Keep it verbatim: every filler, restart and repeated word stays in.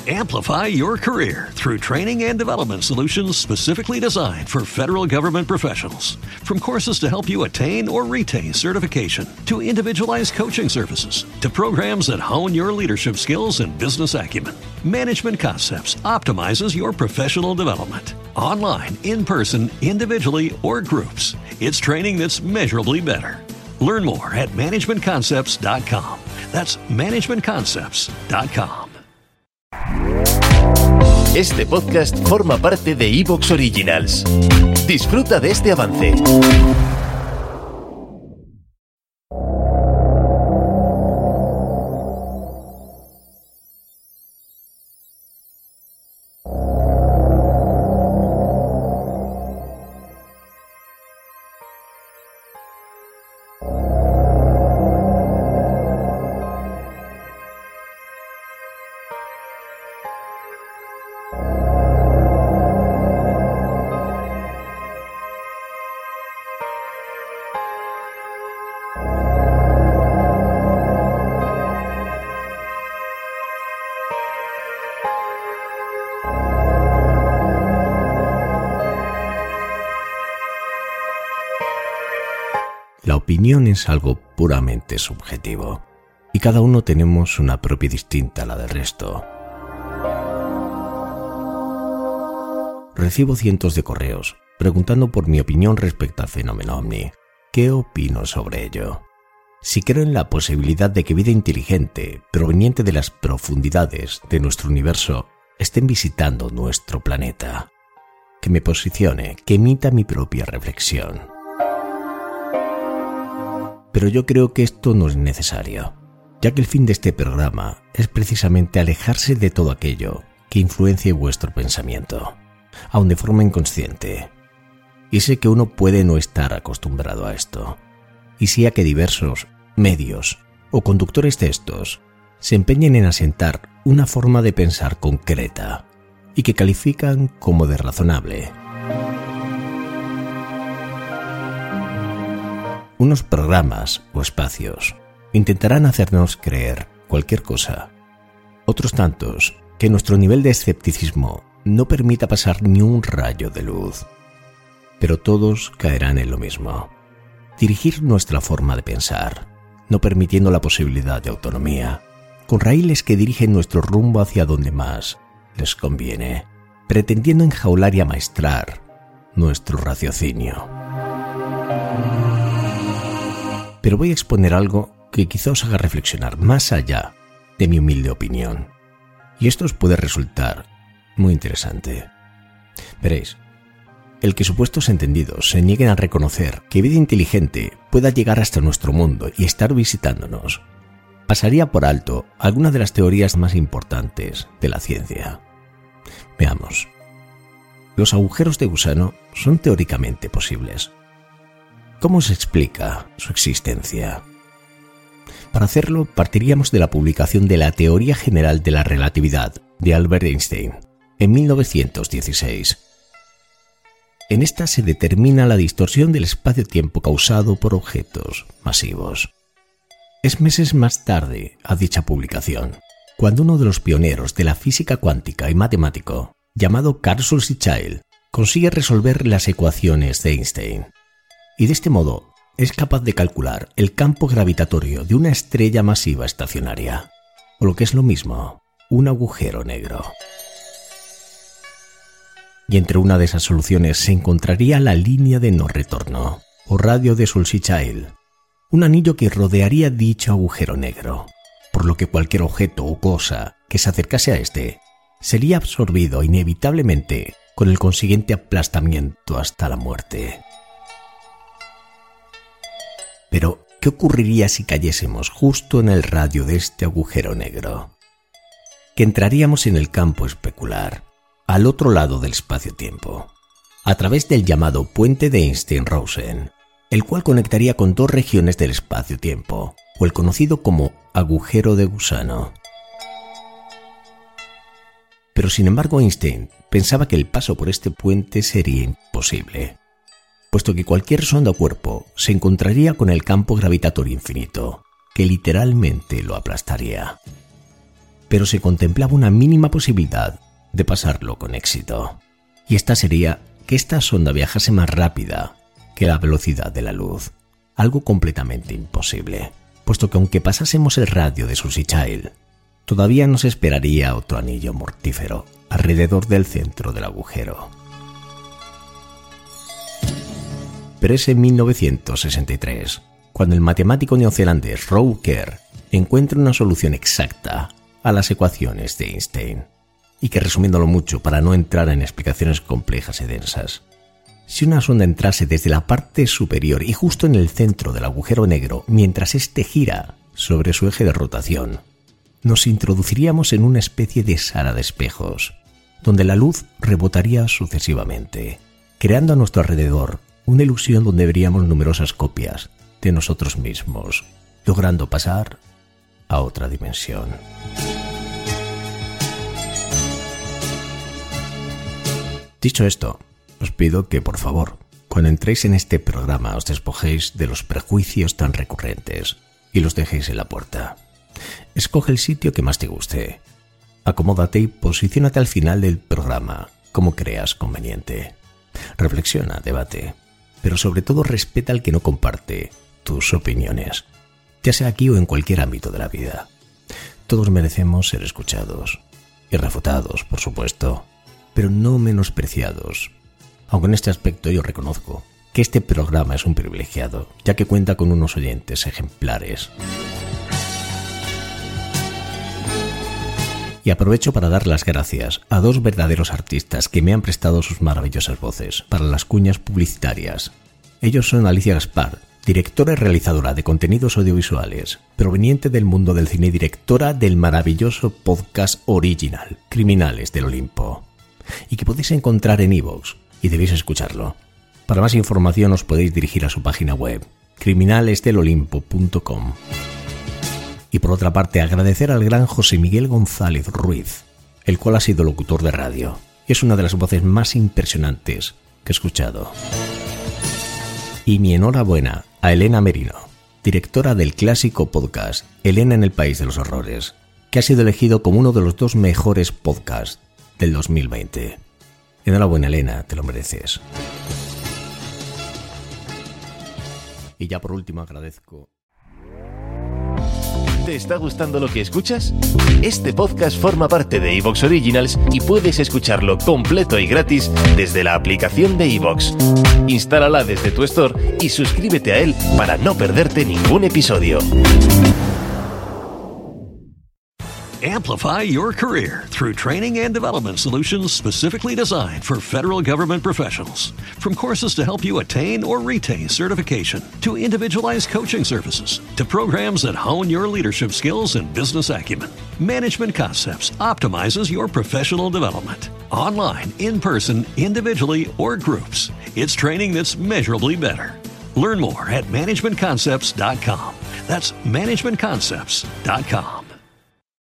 Amplify your career through training and development solutions specifically designed for federal government professionals. From courses to help you attain or retain certification, to individualized coaching services, to programs that hone your leadership skills and business acumen, Management Concepts optimizes your professional development. Online, in person, individually, or groups, it's training that's measurably better. Learn more at management concepts dot com. That's management concepts dot com. Este podcast forma parte de iVoox Originals. Disfruta de este avance. La opinión es algo puramente subjetivo, y cada uno tenemos una propia distinta a la del resto. Recibo cientos de correos preguntando por mi opinión respecto al fenómeno ovni. ¿Qué opino sobre ello? Si creo en la posibilidad de que vida inteligente, proveniente de las profundidades de nuestro universo, estén visitando nuestro planeta. Que me posicione, que emita mi propia reflexión. Pero yo creo que esto no es necesario, ya que el fin de este programa es precisamente alejarse de todo aquello que influencie vuestro pensamiento, aun de forma inconsciente. Y sé que uno puede no estar acostumbrado a esto, y sí a que diversos medios o conductores de estos se empeñen en asentar una forma de pensar concreta y que califican como de razonable. Unos programas o espacios intentarán hacernos creer cualquier cosa. Otros tantos que nuestro nivel de escepticismo no permita pasar ni un rayo de luz. Pero todos caerán en lo mismo. Dirigir nuestra forma de pensar, no permitiendo la posibilidad de autonomía, con raíles que dirigen nuestro rumbo hacia donde más les conviene, pretendiendo enjaular y amaestrar nuestro raciocinio. Pero voy a exponer algo que quizá os haga reflexionar más allá de mi humilde opinión. Y esto os puede resultar muy interesante. Veréis, el que supuestos entendidos se nieguen a reconocer que vida inteligente pueda llegar hasta nuestro mundo y estar visitándonos, pasaría por alto algunas de las teorías más importantes de la ciencia. Veamos. Los agujeros de gusano son teóricamente posibles. ¿Cómo se explica su existencia? Para hacerlo, partiríamos de la publicación de la Teoría General de la Relatividad de Albert Einstein en mil novecientos dieciséis. En esta se determina la distorsión del espacio-tiempo causado por objetos masivos. Es meses más tarde a dicha publicación, cuando uno de los pioneros de la física cuántica y matemático, llamado Carl Schwarzschild, consigue resolver las ecuaciones de Einstein. Y de este modo es capaz de calcular el campo gravitatorio de una estrella masiva estacionaria, o lo que es lo mismo, un agujero negro. Y entre una de esas soluciones se encontraría la línea de no retorno, o radio de Schwarzschild, un anillo que rodearía dicho agujero negro, por lo que cualquier objeto o cosa que se acercase a este sería absorbido inevitablemente con el consiguiente aplastamiento hasta la muerte. Pero, ¿qué ocurriría si cayésemos justo en el radio de este agujero negro? Que entraríamos en el campo especular, al otro lado del espacio-tiempo, a través del llamado puente de Einstein-Rosen, el cual conectaría con dos regiones del espacio-tiempo, o el conocido como agujero de gusano. Pero sin embargo Einstein pensaba que el paso por este puente sería imposible, puesto que cualquier sonda o cuerpo se encontraría con el campo gravitatorio infinito, que literalmente lo aplastaría. pero se contemplaba una mínima posibilidad de pasarlo con éxito. Y esta sería que esta sonda viajase más rápida que la velocidad de la luz, algo completamente imposible, puesto que aunque pasásemos el radio de Suzy Child, todavía nos esperaría otro anillo mortífero alrededor del centro del agujero. Pero es en mil novecientos sesenta y tres, cuando el matemático neozelandés Roy Kerr encuentra una solución exacta a las ecuaciones de Einstein, y que, resumiéndolo mucho para no entrar en explicaciones complejas y densas, si una sonda entrase desde la parte superior y justo en el centro del agujero negro mientras éste gira sobre su eje de rotación, nos introduciríamos en una especie de sala de espejos, donde la luz rebotaría sucesivamente, creando a nuestro alrededor una ilusión donde veríamos numerosas copias de nosotros mismos, logrando pasar a otra dimensión. Dicho esto, os pido que, por favor, cuando entréis en este programa os despojéis de los prejuicios tan recurrentes y los dejéis en la puerta. Escoge el sitio que más te guste. Acomódate y posiciónate al final del programa como creas conveniente. Reflexiona, debate, pero sobre todo respeta al que no comparte tus opiniones, ya sea aquí o en cualquier ámbito de la vida. Todos merecemos ser escuchados y refutados, por supuesto, pero no menospreciados. Aunque en este aspecto yo reconozco que este programa es un privilegiado, ya que cuenta con unos oyentes ejemplares. Y aprovecho para dar las gracias a dos verdaderos artistas que me han prestado sus maravillosas voces para las cuñas publicitarias. Ellos son Alicia Gaspar, directora y realizadora de contenidos audiovisuales, proveniente del mundo del cine y directora del maravilloso podcast original Criminales del Olimpo, y que podéis encontrar en iVoox, y debéis escucharlo. Para más información os podéis dirigir a su página web, criminales del olimpo punto com. Y por otra parte, agradecer al gran José Miguel González Ruiz, el cual ha sido locutor de radio, y es una de las voces más impresionantes que he escuchado. Y mi enhorabuena a Elena Merino, directora del clásico podcast Elena en el País de los Horrores, que ha sido elegido como uno de los dos mejores podcasts del dos mil veinte. Enhorabuena, Elena, te lo mereces. Y ya por último agradezco... ¿Te está gustando lo que escuchas? Este podcast forma parte de iVoox Originals y puedes escucharlo completo y gratis desde la aplicación de iVoox. Instálala desde tu store y suscríbete a él para no perderte ningún episodio. Amplify your career through training and development solutions specifically designed for federal government professionals. From courses to help you attain or retain certification, to individualized coaching services, to programs that hone your leadership skills and business acumen, Management Concepts optimizes your professional development. Online, in person, individually, or groups, it's training that's measurably better. Learn more at management concepts dot com. That's management concepts dot com.